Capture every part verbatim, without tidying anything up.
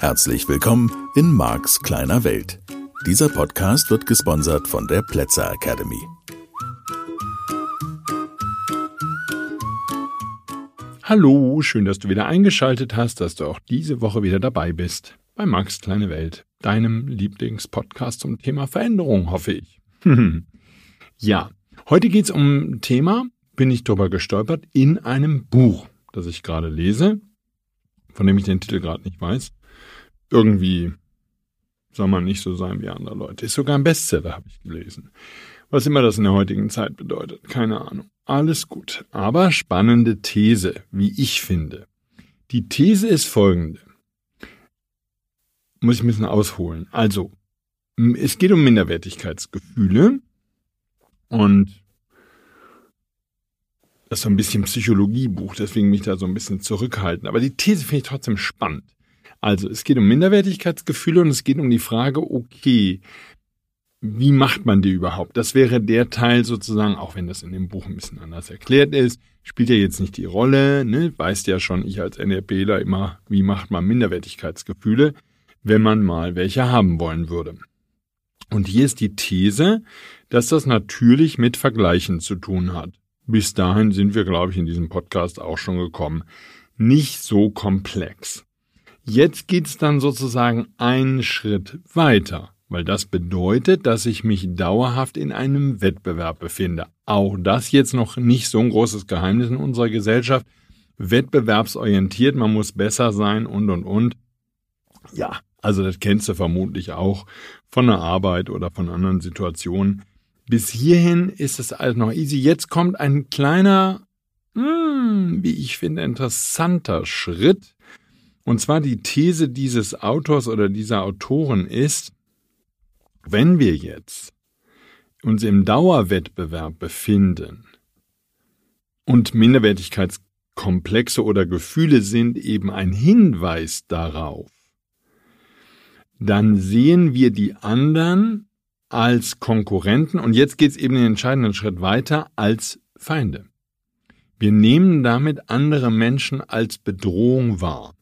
Herzlich willkommen in Marks kleiner Welt. Dieser Podcast wird gesponsert von der Plätzer Academy. Hallo, schön, dass du wieder eingeschaltet hast, dass du auch diese Woche wieder dabei bist bei Marks kleine Welt, deinem Lieblingspodcast zum Thema Veränderung, hoffe ich. Ja, heute geht es um ein Thema, bin ich drüber gestolpert, in einem Buch, das ich gerade lese, von dem ich den Titel gerade nicht weiß. Irgendwie soll man nicht so sein wie andere Leute. Ist sogar ein Bestseller, habe ich gelesen. Was immer das in der heutigen Zeit bedeutet, keine Ahnung. Alles gut. Aber spannende These, wie ich finde. Die These ist folgende. Muss ich ein bisschen ausholen. Also, es geht um Minderwertigkeitsgefühle und das ist so ein bisschen Psychologiebuch, deswegen mich da so ein bisschen zurückhalten. Aber die These finde ich trotzdem spannend. Also, es geht um Minderwertigkeitsgefühle und es geht um die Frage, okay, wie macht man die überhaupt? Das wäre der Teil sozusagen, auch wenn das in dem Buch ein bisschen anders erklärt ist, spielt ja jetzt nicht die Rolle, ne? Weißt ja schon, ich als NLPler immer, wie macht man Minderwertigkeitsgefühle, wenn man mal welche haben wollen würde. Und hier ist die These, dass das natürlich mit Vergleichen zu tun hat. Bis dahin sind wir, glaube ich, in diesem Podcast auch schon gekommen. Nicht so komplex. Jetzt geht's dann sozusagen einen Schritt weiter, weil das bedeutet, dass ich mich dauerhaft in einem Wettbewerb befinde. Auch das jetzt noch nicht so ein großes Geheimnis in unserer Gesellschaft. Wettbewerbsorientiert, man muss besser sein und, und, und. Ja, also das kennst du vermutlich auch von der Arbeit oder von anderen Situationen. Bis hierhin ist es alles noch easy. Jetzt kommt ein kleiner, hm, wie ich finde, interessanter Schritt. Und zwar die These dieses Autors oder dieser Autoren ist, wenn wir jetzt uns im Dauerwettbewerb befinden und Minderwertigkeitskomplexe oder Gefühle sind eben ein Hinweis darauf, dann sehen wir die anderen als Konkurrenten und jetzt geht es eben den entscheidenden Schritt weiter als Feinde. Wir nehmen damit andere Menschen als Bedrohung wahr.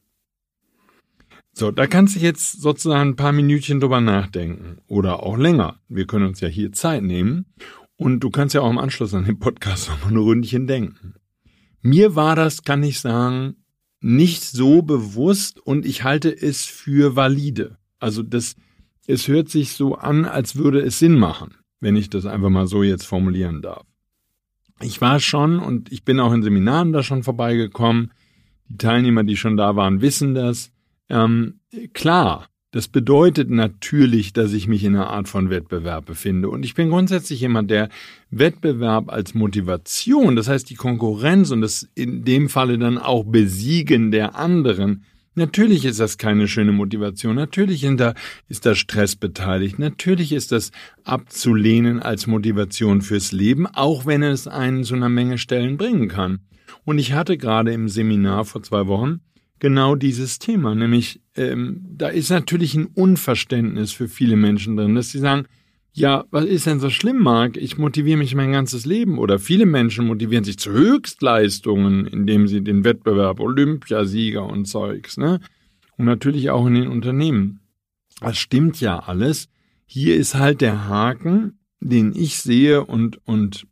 So, da kannst du jetzt sozusagen ein paar Minütchen drüber nachdenken oder auch länger. Wir können uns ja hier Zeit nehmen und du kannst ja auch im Anschluss an den Podcast noch mal ein Ründchen denken. Mir war das, kann ich sagen, nicht so bewusst und ich halte es für valide. Also das, es hört sich so an, als würde es Sinn machen, wenn ich das einfach mal so jetzt formulieren darf. Ich war schon und ich bin auch in Seminaren da schon vorbeigekommen. Die Teilnehmer, die schon da waren, wissen das. Ähm, klar, das bedeutet natürlich, dass ich mich in einer Art von Wettbewerb befinde. Und ich bin grundsätzlich jemand, der Wettbewerb als Motivation, das heißt die Konkurrenz und das in dem Falle dann auch Besiegen der anderen, natürlich ist das keine schöne Motivation, natürlich ist da, ist da Stress beteiligt, natürlich ist das abzulehnen als Motivation fürs Leben, auch wenn es einen zu einer Menge Stellen bringen kann. Und ich hatte gerade im Seminar vor zwei Wochen genau dieses Thema, nämlich ähm, da ist natürlich ein Unverständnis für viele Menschen drin, dass sie sagen, ja, was ist denn so schlimm, Marc? Ich motiviere mich mein ganzes Leben. Oder viele Menschen motivieren sich zu Höchstleistungen, indem sie den Wettbewerb Olympiasieger und Zeugs, ne? Und natürlich auch in den Unternehmen. Das stimmt ja alles. Hier ist halt der Haken, den ich sehe und, und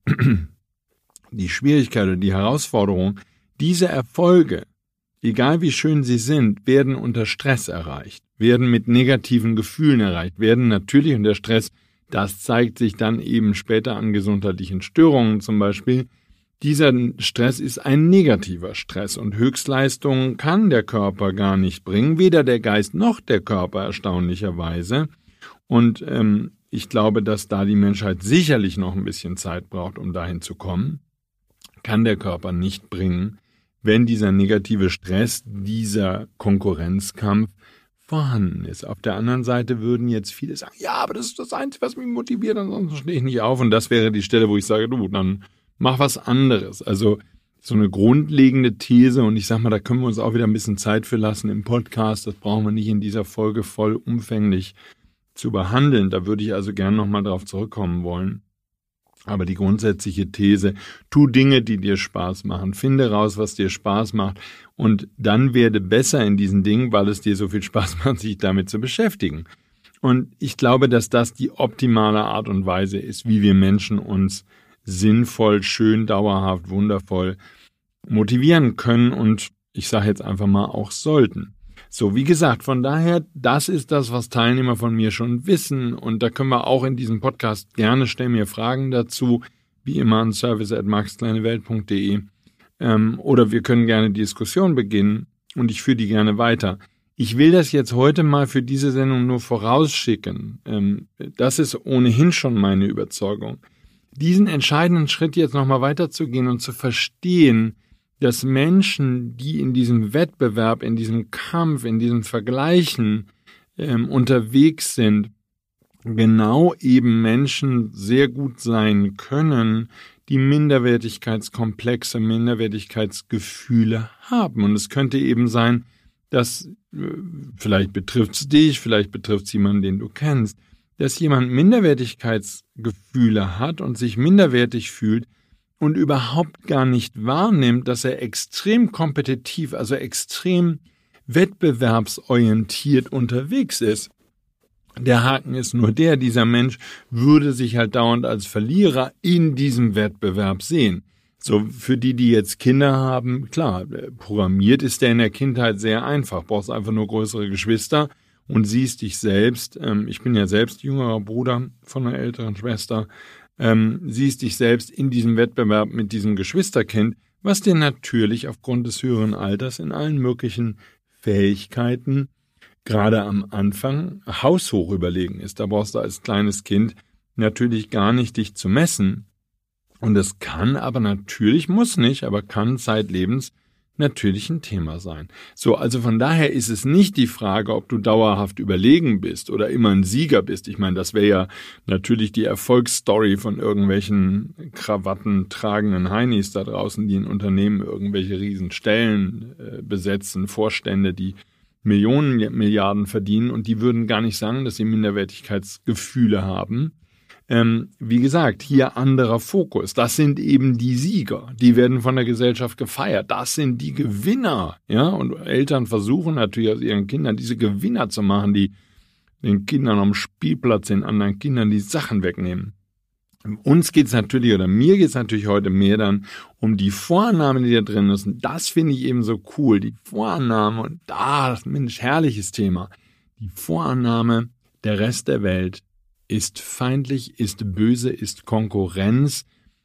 die Schwierigkeit oder die Herausforderung, diese Erfolge, egal wie schön sie sind, werden unter Stress erreicht, werden mit negativen Gefühlen erreicht, werden natürlich unter Stress, das zeigt sich dann eben später an gesundheitlichen Störungen zum Beispiel. Dieser Stress ist ein negativer Stress und Höchstleistungen kann der Körper gar nicht bringen, weder der Geist noch der Körper erstaunlicherweise. Und ähm, ich glaube, dass da die Menschheit sicherlich noch ein bisschen Zeit braucht, um dahin zu kommen, kann der Körper nicht bringen, wenn dieser negative Stress, dieser Konkurrenzkampf vorhanden ist. Auf der anderen Seite würden jetzt viele sagen, ja, aber das ist das Einzige, was mich motiviert, ansonsten stehe ich nicht auf. Und das wäre die Stelle, wo ich sage, du, dann mach was anderes. Also so eine grundlegende These und ich sag mal, da können wir uns auch wieder ein bisschen Zeit für lassen im Podcast. Das brauchen wir nicht in dieser Folge vollumfänglich zu behandeln. Da würde ich also gerne nochmal drauf zurückkommen wollen. Aber die grundsätzliche These, tu Dinge, die dir Spaß machen, finde raus, was dir Spaß macht und dann werde besser in diesen Dingen, weil es dir so viel Spaß macht, sich damit zu beschäftigen. Und ich glaube, dass das die optimale Art und Weise ist, wie wir Menschen uns sinnvoll, schön, dauerhaft, wundervoll motivieren können und ich sage jetzt einfach mal auch sollten. So, wie gesagt, von daher, das ist das, was Teilnehmer von mir schon wissen und da können wir auch in diesem Podcast gerne, stellen mir Fragen dazu, wie immer an service at max kleine welt punkt de ähm, oder wir können gerne die Diskussion beginnen und ich führe die gerne weiter. Ich will das jetzt heute mal für diese Sendung nur vorausschicken. Ähm, das ist ohnehin schon meine Überzeugung. Diesen entscheidenden Schritt jetzt nochmal weiterzugehen und zu verstehen, dass Menschen, die in diesem Wettbewerb, in diesem Kampf, in diesem Vergleichen ähm, unterwegs sind, genau eben Menschen sehr gut sein können, die Minderwertigkeitskomplexe, Minderwertigkeitsgefühle haben. Und es könnte eben sein, dass, äh, vielleicht betrifft es dich, vielleicht betrifft es jemanden, den du kennst, dass jemand Minderwertigkeitsgefühle hat und sich minderwertig fühlt, und überhaupt gar nicht wahrnimmt, dass er extrem kompetitiv, also extrem wettbewerbsorientiert unterwegs ist. Der Haken ist nur der, dieser Mensch würde sich halt dauernd als Verlierer in diesem Wettbewerb sehen. So, für die, die jetzt Kinder haben, klar, programmiert ist der in der Kindheit sehr einfach. Brauchst einfach nur größere Geschwister und siehst dich selbst, ähm, ich bin ja selbst jüngerer Bruder von einer älteren Schwester, Ähm, siehst dich selbst in diesem Wettbewerb mit diesem Geschwisterkind, was dir natürlich aufgrund des höheren Alters in allen möglichen Fähigkeiten gerade am Anfang haushoch überlegen ist. Da brauchst du als kleines Kind natürlich gar nicht dich zu messen. Und es kann aber natürlich, muss nicht, aber kann zeitlebens natürlich ein Thema sein. So, also von daher ist es nicht die Frage, ob du dauerhaft überlegen bist oder immer ein Sieger bist. Ich meine, das wäre ja natürlich die Erfolgsstory von irgendwelchen Krawatten tragenden Heinis da draußen, die in Unternehmen irgendwelche Riesenstellen äh, besetzen, Vorstände, die Millionen, Milliarden verdienen und die würden gar nicht sagen, dass sie Minderwertigkeitsgefühle haben. Ähm, wie gesagt, hier anderer Fokus. Das sind eben die Sieger. Die werden von der Gesellschaft gefeiert. Das sind die Gewinner. Ja, und Eltern versuchen natürlich aus ihren Kindern diese Gewinner zu machen, die den Kindern am Spielplatz, den anderen Kindern die Sachen wegnehmen. Uns geht's natürlich, oder mir geht's natürlich heute mehr dann um die Vorannahme, die da drin ist. Und das finde ich eben so cool. Die Vorannahme, und da, Mensch, herrliches Thema. Die Vorannahme, der Rest der Welt ist feindlich, ist böse, ist Konkurrenz,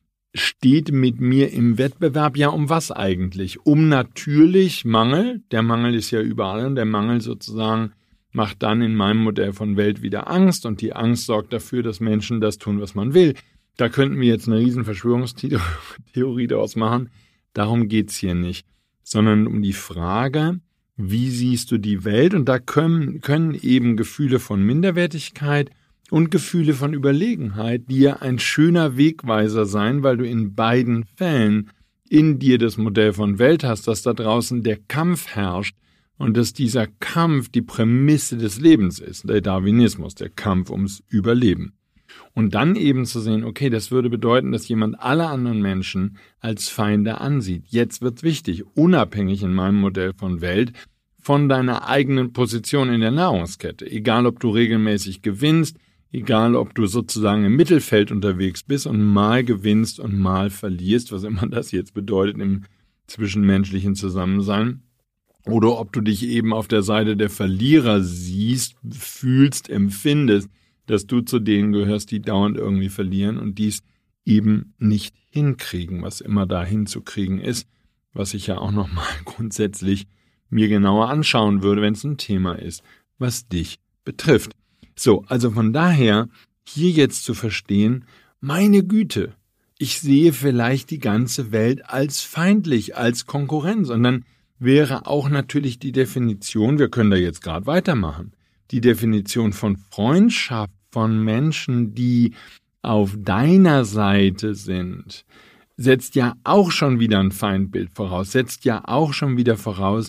steht mit mir im Wettbewerb. Ja, um was eigentlich? Um natürlich Mangel. Der Mangel ist ja überall und der Mangel sozusagen macht dann in meinem Modell von Welt wieder Angst und die Angst sorgt dafür, dass Menschen das tun, was man will. Da könnten wir jetzt eine riesen Verschwörungstheorie daraus machen. Darum geht's hier nicht, sondern um die Frage, wie siehst du die Welt? Und da können, können eben Gefühle von Minderwertigkeit und Gefühle von Überlegenheit dir ein schöner Wegweiser sein, weil du in beiden Fällen in dir das Modell von Welt hast, dass da draußen der Kampf herrscht und dass dieser Kampf die Prämisse des Lebens ist, der Darwinismus, der Kampf ums Überleben. Und dann eben zu sehen, okay, das würde bedeuten, dass jemand alle anderen Menschen als Feinde ansieht. Jetzt wird's wichtig, unabhängig in meinem Modell von Welt, von deiner eigenen Position in der Nahrungskette. Egal, ob du regelmäßig gewinnst, egal, ob du sozusagen im Mittelfeld unterwegs bist und mal gewinnst und mal verlierst, was immer das jetzt bedeutet im zwischenmenschlichen Zusammensein, oder ob du dich eben auf der Seite der Verlierer siehst, fühlst, empfindest, dass du zu denen gehörst, die dauernd irgendwie verlieren und dies eben nicht hinkriegen, was immer da hinzukriegen ist, was ich ja auch nochmal grundsätzlich mir genauer anschauen würde, wenn es ein Thema ist, was dich betrifft. So, also von daher, hier jetzt zu verstehen, meine Güte, ich sehe vielleicht die ganze Welt als feindlich, als Konkurrenz. Und dann wäre auch natürlich die Definition, wir können da jetzt gerade weitermachen, die Definition von Freundschaft von Menschen, die auf deiner Seite sind, setzt ja auch schon wieder ein Feindbild voraus, setzt ja auch schon wieder voraus,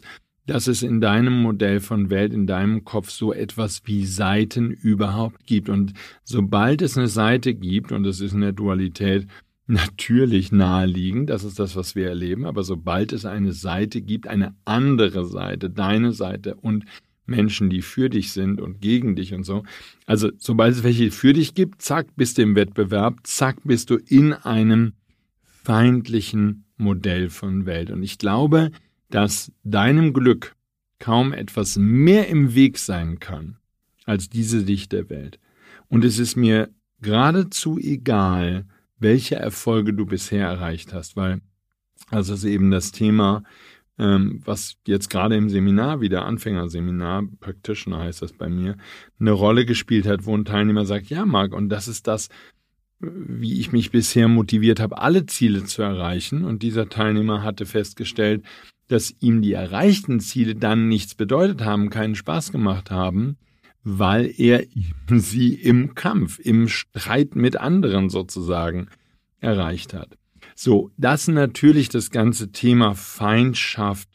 dass es in deinem Modell von Welt, in deinem Kopf so etwas wie Seiten überhaupt gibt. Und sobald es eine Seite gibt, und es ist in der Dualität natürlich naheliegend, das ist das, was wir erleben, aber sobald es eine Seite gibt, eine andere Seite, deine Seite und Menschen, die für dich sind und gegen dich und so, also sobald es welche für dich gibt, zack, bist du im Wettbewerb, zack, bist du in einem feindlichen Modell von Welt. Und ich glaube, dass deinem Glück kaum etwas mehr im Weg sein kann als diese Sicht der Welt. Und es ist mir geradezu egal, welche Erfolge du bisher erreicht hast, weil das ist eben das Thema, ähm, was jetzt gerade im Seminar, wieder Anfängerseminar, Practitioner heißt das bei mir, eine Rolle gespielt hat, wo ein Teilnehmer sagt, ja Marc, und das ist das, wie ich mich bisher motiviert habe, alle Ziele zu erreichen. Und dieser Teilnehmer hatte festgestellt, dass ihm die erreichten Ziele dann nichts bedeutet haben, keinen Spaß gemacht haben, weil er sie im Kampf, im Streit mit anderen sozusagen erreicht hat. So, das natürlich das ganze Thema Feindschaft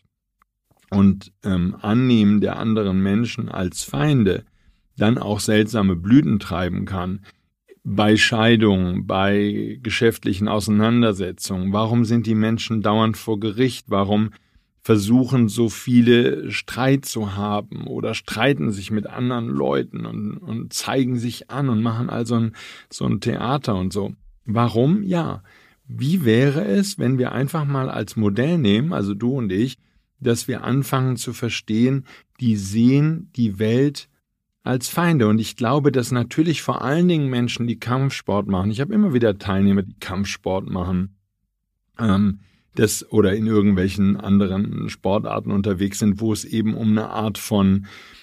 und ähm, Annehmen der anderen Menschen als Feinde dann auch seltsame Blüten treiben kann. Bei Scheidungen, bei geschäftlichen Auseinandersetzungen. Warum sind die Menschen dauernd vor Gericht? Warum versuchen so viele Streit zu haben oder streiten sich mit anderen Leuten und, und zeigen sich an und machen also ein, so ein Theater und so? Warum? Ja. Wie wäre es, wenn wir einfach mal als Modell nehmen, also du und ich, dass wir anfangen zu verstehen, die sehen die Welt als Feinde. Und ich glaube, dass natürlich vor allen Dingen Menschen, die Kampfsport machen, ich habe immer wieder Teilnehmer, die Kampfsport machen, ähm, das oder in irgendwelchen anderen Sportarten unterwegs sind, wo es eben um eine Art von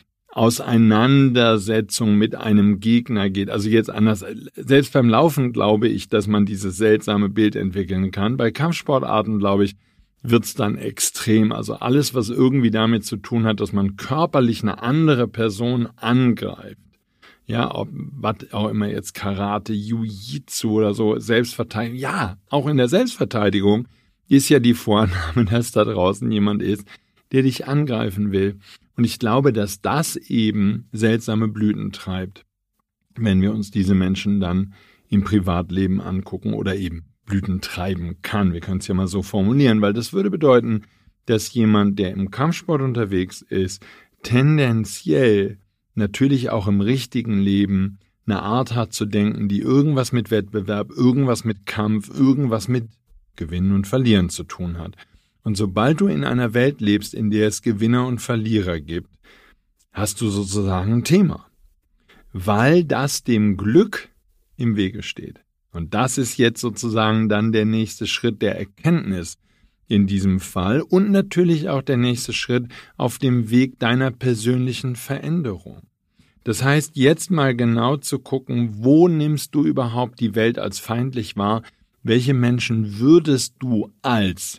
Auseinandersetzung mit einem Gegner geht. Also jetzt anders, selbst beim Laufen glaube ich, dass man dieses seltsame Bild entwickeln kann. Bei Kampfsportarten, glaube ich, wird's dann extrem. Also alles, was irgendwie damit zu tun hat, dass man körperlich eine andere Person angreift. Ja, ob was auch immer jetzt Karate, Jiu-Jitsu oder so, Selbstverteidigung. Ja, auch in der Selbstverteidigung ist ja die Vorannahme, dass da draußen jemand ist, der dich angreifen will. Und ich glaube, dass das eben seltsame Blüten treibt, wenn wir uns diese Menschen dann im Privatleben angucken oder eben Blüten treiben kann. Wir können es ja mal so formulieren, weil das würde bedeuten, dass jemand, der im Kampfsport unterwegs ist, tendenziell natürlich auch im richtigen Leben eine Art hat zu denken, die irgendwas mit Wettbewerb, irgendwas mit Kampf, irgendwas mit Gewinnen und Verlieren zu tun hat. Und sobald du in einer Welt lebst, in der es Gewinner und Verlierer gibt, hast du sozusagen ein Thema, weil das dem Glück im Wege steht. Und das ist jetzt sozusagen dann der nächste Schritt der Erkenntnis in diesem Fall und natürlich auch der nächste Schritt auf dem Weg deiner persönlichen Veränderung. Das heißt, jetzt mal genau zu gucken, wo nimmst du überhaupt die Welt als feindlich wahr? Welche Menschen würdest du als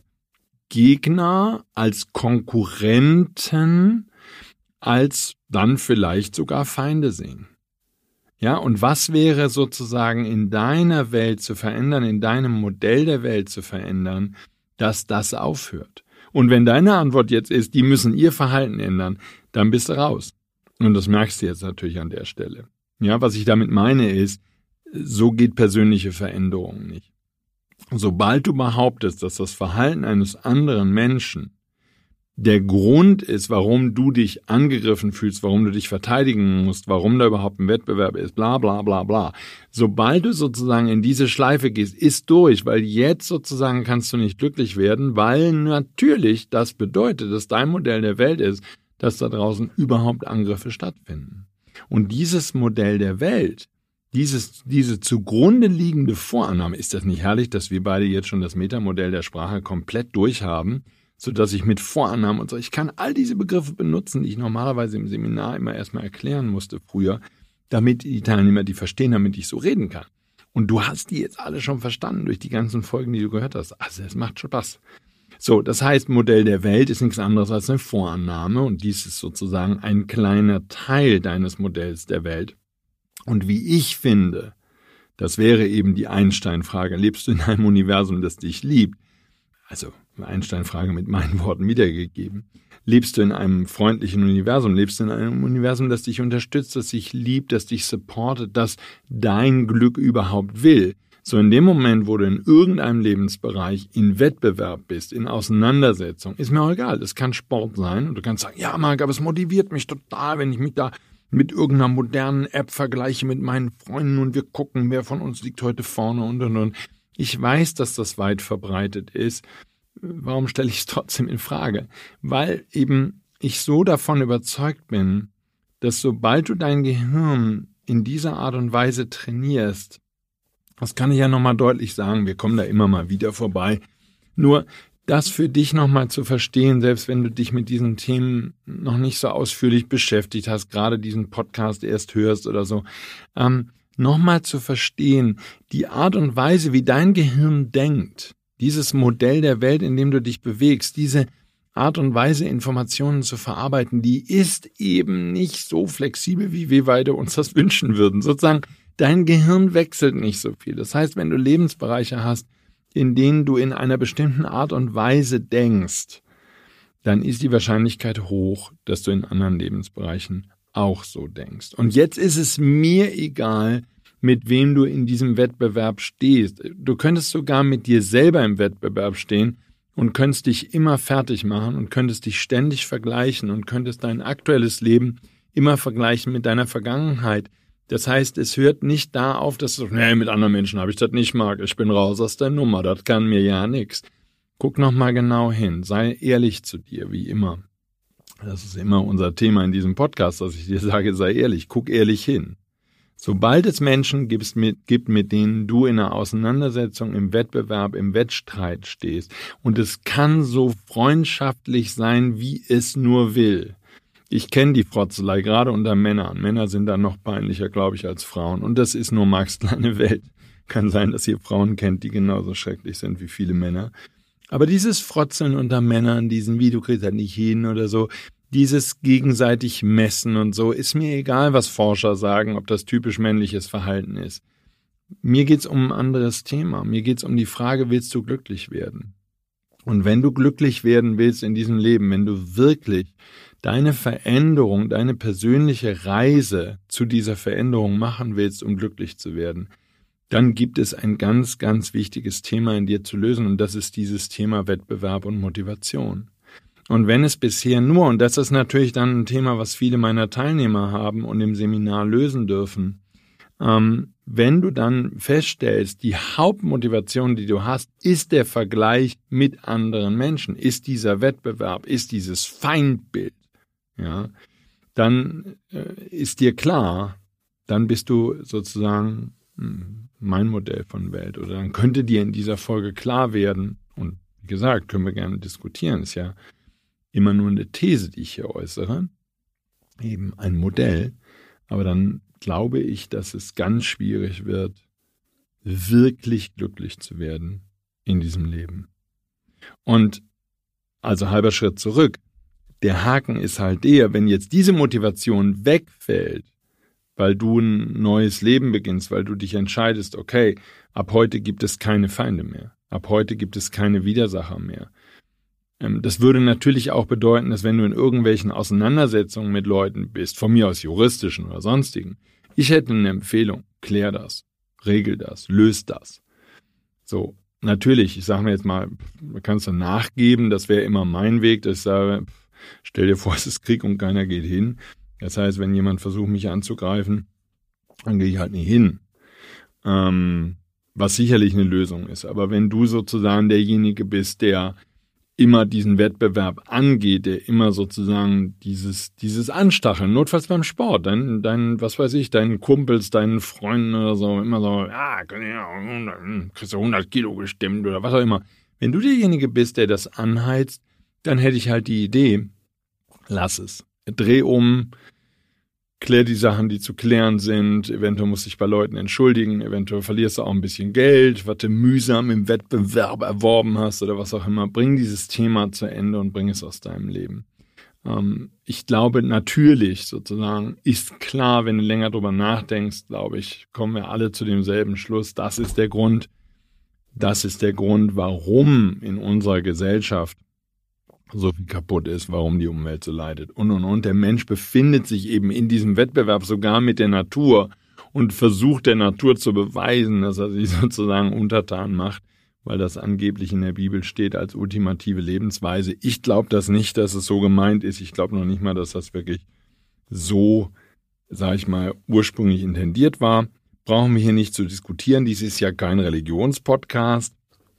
Gegner, als Konkurrenten, als dann vielleicht sogar Feinde sehen? Ja, und was wäre sozusagen in deiner Welt zu verändern, in deinem Modell der Welt zu verändern, dass das aufhört? Und wenn deine Antwort jetzt ist, die müssen ihr Verhalten ändern, dann bist du raus. Und das merkst du jetzt natürlich an der Stelle. Ja, was ich damit meine ist, so geht persönliche Veränderung nicht. Sobald du behauptest, dass das Verhalten eines anderen Menschen der Grund ist, warum du dich angegriffen fühlst, warum du dich verteidigen musst, warum da überhaupt ein Wettbewerb ist, bla bla bla bla. Sobald du sozusagen in diese Schleife gehst, ist durch, weil jetzt sozusagen kannst du nicht glücklich werden, weil natürlich das bedeutet, dass dein Modell der Welt ist, dass da draußen überhaupt Angriffe stattfinden. Und dieses Modell der Welt, dieses, diese zugrunde liegende Vorannahme, ist das nicht herrlich, dass wir beide jetzt schon das Metamodell der Sprache komplett durchhaben, sodass ich mit Vorannahmen und so, ich kann all diese Begriffe benutzen, die ich normalerweise im Seminar immer erstmal erklären musste früher, damit die Teilnehmer die verstehen, damit ich so reden kann. Und du hast die jetzt alle schon verstanden durch die ganzen Folgen, die du gehört hast. Also es macht Spaß. So, das heißt, Modell der Welt ist nichts anderes als eine Vorannahme und dies ist sozusagen ein kleiner Teil deines Modells der Welt. Und wie ich finde, das wäre eben die Einstein-Frage, lebst du in einem Universum, das dich liebt, also Einstein-Frage mit meinen Worten wiedergegeben, lebst du in einem freundlichen Universum, lebst du in einem Universum, das dich unterstützt, das dich liebt, das dich supportet, das dein Glück überhaupt will. So in dem Moment, wo du in irgendeinem Lebensbereich in Wettbewerb bist, in Auseinandersetzung, ist mir auch egal, es kann Sport sein und du kannst sagen, ja Marc, aber es motiviert mich total, wenn ich mich da mit irgendeiner modernen App vergleiche mit meinen Freunden und wir gucken, wer von uns liegt heute vorne und und und. Ich weiß, dass das weit verbreitet ist. Warum stelle ich es trotzdem in Frage? Weil eben ich so davon überzeugt bin, dass sobald du dein Gehirn in dieser Art und Weise trainierst, das kann ich ja nochmal deutlich sagen, wir kommen da immer mal wieder vorbei, nur das für dich nochmal zu verstehen, selbst wenn du dich mit diesen Themen noch nicht so ausführlich beschäftigt hast, gerade diesen Podcast erst hörst oder so, ähm, nochmal zu verstehen, die Art und Weise, wie dein Gehirn denkt, dieses Modell der Welt, in dem du dich bewegst, diese Art und Weise, Informationen zu verarbeiten, die ist eben nicht so flexibel, wie wir beide uns das wünschen würden. Sozusagen, dein Gehirn wechselt nicht so viel. Das heißt, wenn du Lebensbereiche hast, in denen du in einer bestimmten Art und Weise denkst, dann ist die Wahrscheinlichkeit hoch, dass du in anderen Lebensbereichen auch so denkst. Und jetzt ist es mir egal, mit wem du in diesem Wettbewerb stehst. Du könntest sogar mit dir selber im Wettbewerb stehen und könntest dich immer fertig machen und könntest dich ständig vergleichen und könntest dein aktuelles Leben immer vergleichen mit deiner Vergangenheit. Das heißt, es hört nicht da auf, dass du, nee, mit anderen Menschen habe ich das nicht, Marc, ich bin raus aus der Nummer, das kann mir ja nix. Guck nochmal genau hin, sei ehrlich zu dir, wie immer. Das ist immer unser Thema in diesem Podcast, dass ich dir sage, sei ehrlich, guck ehrlich hin. Sobald es Menschen gibt, mit, gibt, mit denen du in einer Auseinandersetzung, im Wettbewerb, im Wettstreit stehst, und es kann so freundschaftlich sein, wie es nur will. Ich kenne die Frotzelei, gerade unter Männern. Männer sind da noch peinlicher, glaube ich, als Frauen. Und das ist nur Marcs kleine Welt. Kann sein, dass ihr Frauen kennt, die genauso schrecklich sind wie viele Männer. Aber dieses Frotzeln unter Männern, diesen, wie, du kriegst halt nicht hin oder so, dieses gegenseitig Messen und so, ist mir egal, was Forscher sagen, ob das typisch männliches Verhalten ist. Mir geht's um ein anderes Thema. Mir geht's um die Frage, willst du glücklich werden? Und wenn du glücklich werden willst in diesem Leben, wenn du wirklich deine Veränderung, deine persönliche Reise zu dieser Veränderung machen willst, um glücklich zu werden, dann gibt es ein ganz, ganz wichtiges Thema in dir zu lösen, und das ist dieses Thema Wettbewerb und Motivation. Und wenn es bisher nur, und das ist natürlich dann ein Thema, was viele meiner Teilnehmer haben und im Seminar lösen dürfen, ähm, wenn du dann feststellst, die Hauptmotivation, die du hast, ist der Vergleich mit anderen Menschen, ist dieser Wettbewerb, ist dieses Feindbild, ja, dann äh, ist dir klar, dann bist du sozusagen mh, mein Modell von Welt, oder dann könnte dir in dieser Folge klar werden, und wie gesagt, können wir gerne diskutieren, ist ja immer nur eine These, die ich hier äußere, eben ein Modell, aber dann glaube ich, dass es ganz schwierig wird, wirklich glücklich zu werden in diesem Leben. Und also halber Schritt zurück, der Haken ist halt der, wenn jetzt diese Motivation wegfällt, weil du ein neues Leben beginnst, weil du dich entscheidest, okay, ab heute gibt es keine Feinde mehr, ab heute gibt es keine Widersacher mehr. Das würde natürlich auch bedeuten, dass wenn du in irgendwelchen Auseinandersetzungen mit Leuten bist, von mir aus juristischen oder sonstigen, ich hätte eine Empfehlung, klär das, regel das, löst das. So, natürlich, ich sage mir jetzt mal, man kann es dann nachgeben, das wäre immer mein Weg, dass ich sage, stell dir vor, es ist Krieg und keiner geht hin. Das heißt, wenn jemand versucht, mich anzugreifen, dann gehe ich halt nicht hin. Ähm, was sicherlich eine Lösung ist. Aber wenn du sozusagen derjenige bist, der immer diesen Wettbewerb angeht, der immer sozusagen dieses dieses Anstacheln, notfalls beim Sport, dein, dein, was weiß ich, deinen Kumpels, deinen Freunden oder so, immer so, ja, kriegst du hundert Kilo gestemmt oder was auch immer. Wenn du derjenige bist, der das anheizt, dann hätte ich halt die Idee, lass es. Dreh um, klär die Sachen, die zu klären sind, eventuell musst du dich bei Leuten entschuldigen, eventuell verlierst du auch ein bisschen Geld, was du mühsam im Wettbewerb erworben hast oder was auch immer. Bring dieses Thema zu Ende und bring es aus deinem Leben. Ähm, ich glaube natürlich sozusagen, ist klar, wenn du länger drüber nachdenkst, glaube ich, kommen wir alle zu demselben Schluss. Das ist der Grund, Das ist der Grund, warum in unserer Gesellschaft so viel kaputt ist, warum die Umwelt so leidet und, und, und. Der Mensch befindet sich eben in diesem Wettbewerb sogar mit der Natur und versucht der Natur zu beweisen, dass er sich sozusagen untertan macht, weil das angeblich in der Bibel steht als ultimative Lebensweise. Ich glaube das nicht, dass es so gemeint ist. Ich glaube noch nicht mal, dass das wirklich so, sage ich mal, ursprünglich intendiert war. Brauchen wir hier nicht zu diskutieren. Dies ist ja kein Religionspodcast.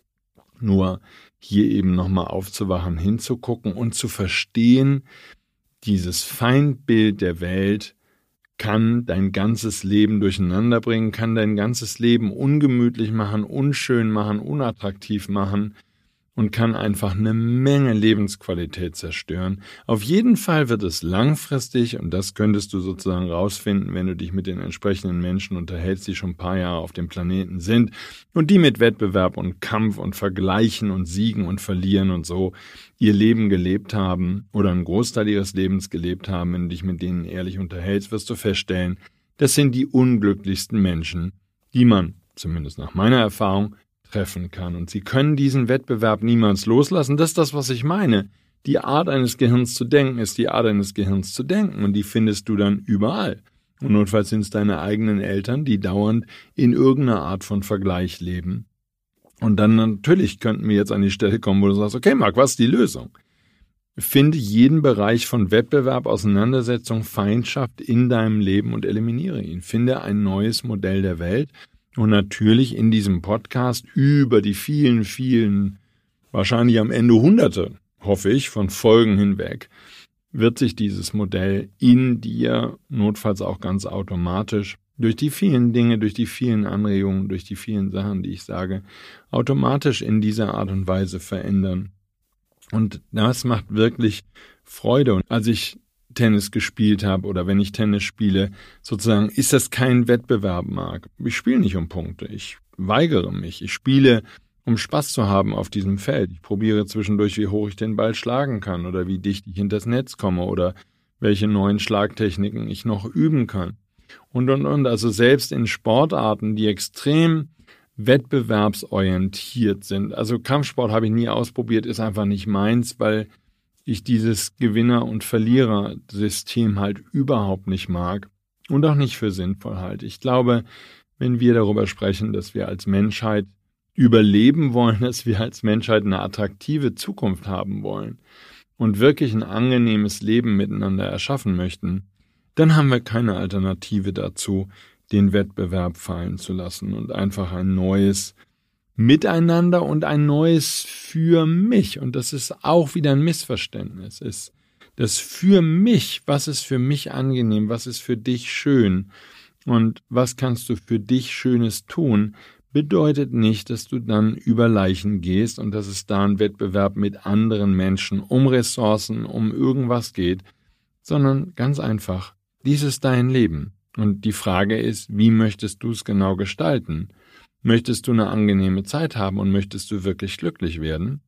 Nur hier eben nochmal aufzuwachen, hinzugucken und zu verstehen, dieses Feindbild der Welt kann dein ganzes Leben durcheinander bringen, kann dein ganzes Leben ungemütlich machen, unschön machen, unattraktiv machen und kann einfach eine Menge Lebensqualität zerstören. Auf jeden Fall wird es langfristig, und das könntest du sozusagen rausfinden, wenn du dich mit den entsprechenden Menschen unterhältst, die schon ein paar Jahre auf dem Planeten sind und die mit Wettbewerb und Kampf und Vergleichen und Siegen und Verlieren und so ihr Leben gelebt haben oder einen Großteil ihres Lebens gelebt haben. Wenn du dich mit denen ehrlich unterhältst, wirst du feststellen, das sind die unglücklichsten Menschen, die man, zumindest nach meiner Erfahrung, treffen kann. Und sie können diesen Wettbewerb niemals loslassen. Das ist das, was ich meine. Die Art eines Gehirns zu denken ist die Art eines Gehirns zu denken und die findest du dann überall. Und notfalls sind es deine eigenen Eltern, die dauernd in irgendeiner Art von Vergleich leben. Und dann natürlich könnten wir jetzt an die Stelle kommen, wo du sagst, okay Marc, was ist die Lösung? Finde jeden Bereich von Wettbewerb, Auseinandersetzung, Feindschaft in deinem Leben und eliminiere ihn. Finde ein neues Modell der Welt. Und natürlich in diesem Podcast über die vielen, vielen, wahrscheinlich am Ende Hunderte, hoffe ich, von Folgen hinweg, wird sich dieses Modell in dir, notfalls auch ganz automatisch, durch die vielen Dinge, durch die vielen Anregungen, durch die vielen Sachen, die ich sage, automatisch in dieser Art und Weise verändern. Und das macht wirklich Freude. Und als ich Tennis gespielt habe oder wenn ich Tennis spiele, sozusagen ist das kein Wettbewerb, Marc. Ich spiele nicht um Punkte, ich weigere mich. Ich spiele, um Spaß zu haben auf diesem Feld. Ich probiere zwischendurch, wie hoch ich den Ball schlagen kann oder wie dicht ich hinters Netz komme oder welche neuen Schlagtechniken ich noch üben kann. Und, und, und. Also selbst in Sportarten, die extrem wettbewerbsorientiert sind. Also Kampfsport habe ich nie ausprobiert, ist einfach nicht meins, weil ich dieses Gewinner- und Verlierer-System halt überhaupt nicht mag und auch nicht für sinnvoll halte. Ich glaube, wenn wir darüber sprechen, dass wir als Menschheit überleben wollen, dass wir als Menschheit eine attraktive Zukunft haben wollen und wirklich ein angenehmes Leben miteinander erschaffen möchten, dann haben wir keine Alternative dazu, den Wettbewerb fallen zu lassen und einfach ein neues Miteinander und ein neues für mich. Und das ist auch wieder ein Missverständnis. Ist das für mich, was ist für mich angenehm, was ist für dich schön und was kannst du für dich Schönes tun, bedeutet nicht, dass du dann über Leichen gehst und dass es da einen Wettbewerb mit anderen Menschen um Ressourcen, um irgendwas geht, sondern ganz einfach, dies ist dein Leben. Und die Frage ist, wie möchtest du es genau gestalten? Möchtest du eine angenehme Zeit haben und möchtest du wirklich glücklich werden?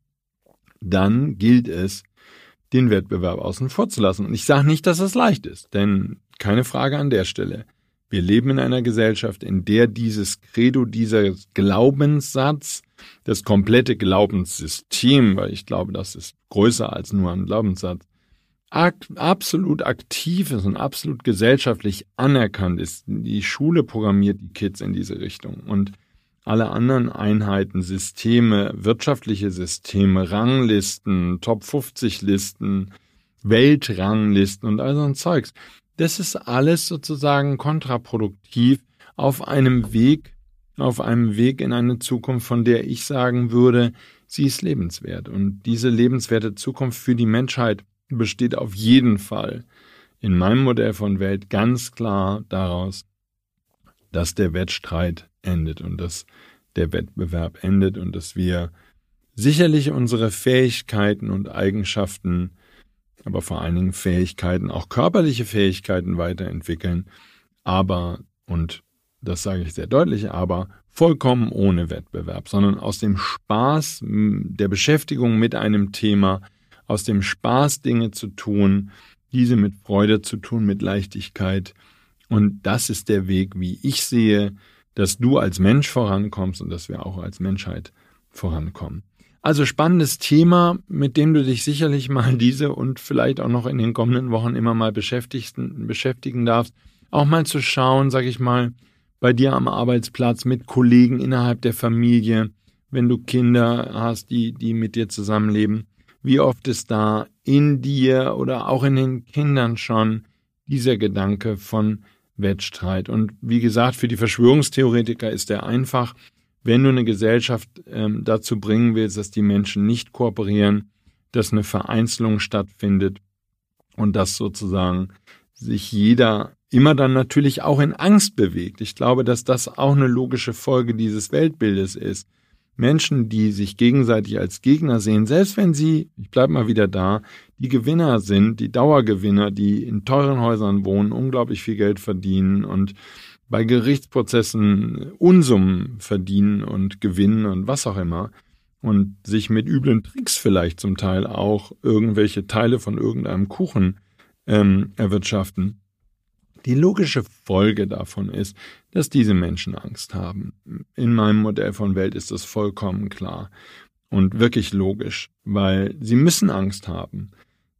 Dann gilt es, den Wettbewerb außen vor zu lassen. Und ich sage nicht, dass es leicht ist, denn keine Frage an der Stelle. Wir leben in einer Gesellschaft, in der dieses Credo, dieser Glaubenssatz, das komplette Glaubenssystem, weil ich glaube, das ist größer als nur ein Glaubenssatz, absolut aktiv ist und absolut gesellschaftlich anerkannt ist. Die Schule programmiert die Kids in diese Richtung und alle anderen Einheiten, Systeme, wirtschaftliche Systeme, Ranglisten, Top fünfzig Listen, Weltranglisten und all so ein Zeugs, das ist alles sozusagen kontraproduktiv auf einem Weg, auf einem Weg in eine Zukunft, von der ich sagen würde, sie ist lebenswert. Und diese lebenswerte Zukunft für die Menschheit besteht auf jeden Fall in meinem Modell von Welt ganz klar daraus, dass der Wettstreit endet und dass der Wettbewerb endet und dass wir sicherlich unsere Fähigkeiten und Eigenschaften, aber vor allen Dingen Fähigkeiten, auch körperliche Fähigkeiten weiterentwickeln, aber, und das sage ich sehr deutlich, aber vollkommen ohne Wettbewerb, sondern aus dem Spaß der Beschäftigung mit einem Thema, aus dem Spaß Dinge zu tun, diese mit Freude zu tun, mit Leichtigkeit. Und das ist der Weg, wie ich sehe, dass du als Mensch vorankommst und dass wir auch als Menschheit vorankommen. Also spannendes Thema, mit dem du dich sicherlich mal diese und vielleicht auch noch in den kommenden Wochen immer mal beschäftigen darfst. Auch mal zu schauen, sag ich mal, bei dir am Arbeitsplatz, mit Kollegen innerhalb der Familie, wenn du Kinder hast, die, die mit dir zusammenleben, wie oft ist da in dir oder auch in den Kindern schon dieser Gedanke von Wettstreit. Und wie gesagt, für die Verschwörungstheoretiker ist der einfach, wenn du eine Gesellschaft ähm, dazu bringen willst, dass die Menschen nicht kooperieren, dass eine Vereinzelung stattfindet und dass sozusagen sich jeder immer dann natürlich auch in Angst bewegt. Ich glaube, dass das auch eine logische Folge dieses Weltbildes ist. Menschen, die sich gegenseitig als Gegner sehen, selbst wenn sie, ich bleibe mal wieder da, die Gewinner sind, die Dauergewinner, die in teuren Häusern wohnen, unglaublich viel Geld verdienen und bei Gerichtsprozessen Unsummen verdienen und gewinnen und was auch immer und sich mit üblen Tricks vielleicht zum Teil auch irgendwelche Teile von irgendeinem Kuchen ähm, erwirtschaften. Die logische Folge davon ist, dass diese Menschen Angst haben. In meinem Modell von Welt ist das vollkommen klar und wirklich logisch, weil sie müssen Angst haben.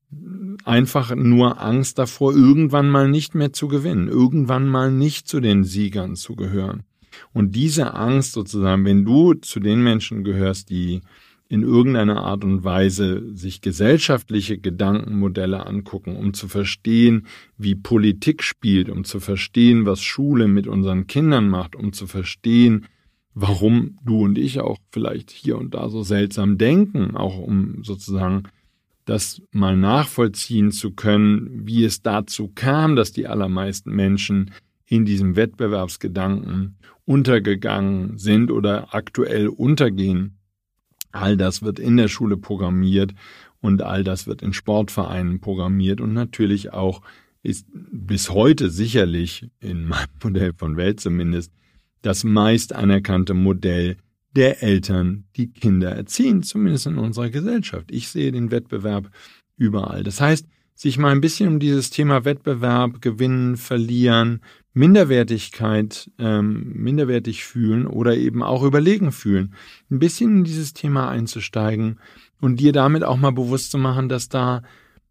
Einfach nur Angst davor, irgendwann mal nicht mehr zu gewinnen, irgendwann mal nicht zu den Siegern zu gehören. Und diese Angst sozusagen, wenn du zu den Menschen gehörst, die in irgendeiner Art und Weise sich gesellschaftliche Gedankenmodelle angucken, um zu verstehen, wie Politik spielt, um zu verstehen, was Schule mit unseren Kindern macht, um zu verstehen, warum du und ich auch vielleicht hier und da so seltsam denken, auch um sozusagen das mal nachvollziehen zu können, wie es dazu kam, dass die allermeisten Menschen in diesem Wettbewerbsgedanken untergegangen sind oder aktuell untergehen. All das wird in der Schule programmiert und all das wird in Sportvereinen programmiert und natürlich auch ist bis heute sicherlich, in meinem Modell von Welt zumindest, das meist anerkannte Modell der Eltern, die Kinder erziehen, zumindest in unserer Gesellschaft. Ich sehe den Wettbewerb überall. Das heißt, sich mal ein bisschen um dieses Thema Wettbewerb, Gewinnen, Verlieren, Minderwertigkeit, ähm, minderwertig fühlen oder eben auch überlegen fühlen, ein bisschen in dieses Thema einzusteigen und dir damit auch mal bewusst zu machen, dass da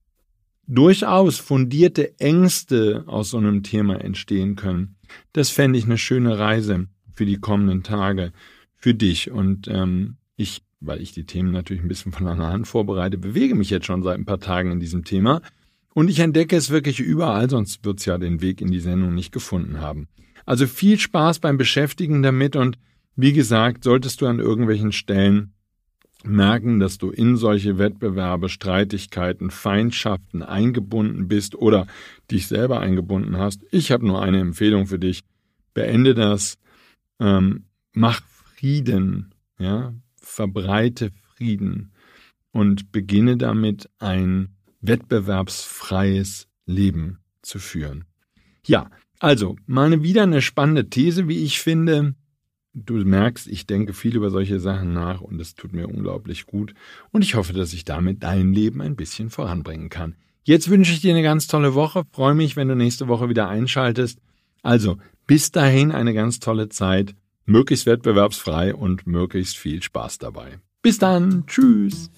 durchaus fundierte Ängste aus so einem Thema entstehen können. Das fände ich eine schöne Reise für die kommenden Tage, für dich. Und ähm, ich, weil ich die Themen natürlich ein bisschen von langer Hand vorbereite, bewege mich jetzt schon seit ein paar Tagen in diesem Thema. Und ich entdecke es wirklich überall, sonst wird es ja den Weg in die Sendung nicht gefunden haben. Also viel Spaß beim Beschäftigen damit und wie gesagt, solltest du an irgendwelchen Stellen merken, dass du in solche Wettbewerbe, Streitigkeiten, Feindschaften eingebunden bist oder dich selber eingebunden hast. Ich habe nur eine Empfehlung für dich. Beende das, ähm, mach Frieden, ja, verbreite Frieden und beginne damit ein wettbewerbsfreies Leben zu führen. Ja, also mal wieder eine spannende These, wie ich finde. Du merkst, ich denke viel über solche Sachen nach und es tut mir unglaublich gut und ich hoffe, dass ich damit dein Leben ein bisschen voranbringen kann. Jetzt wünsche ich dir eine ganz tolle Woche, freue mich, wenn du nächste Woche wieder einschaltest. Also, bis dahin eine ganz tolle Zeit, möglichst wettbewerbsfrei und möglichst viel Spaß dabei. Bis dann, tschüss!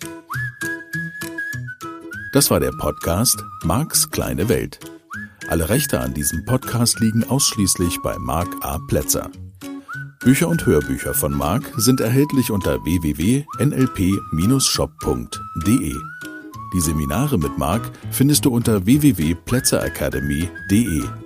Das war der Podcast Marks kleine Welt. Alle Rechte an diesem Podcast liegen ausschließlich bei Mark A. Plätzer. Bücher und Hörbücher von Mark sind erhältlich unter w w w punkt n l p dash shop punkt d e. Die Seminare mit Mark findest du unter w w w punkt plätzer academy punkt d e.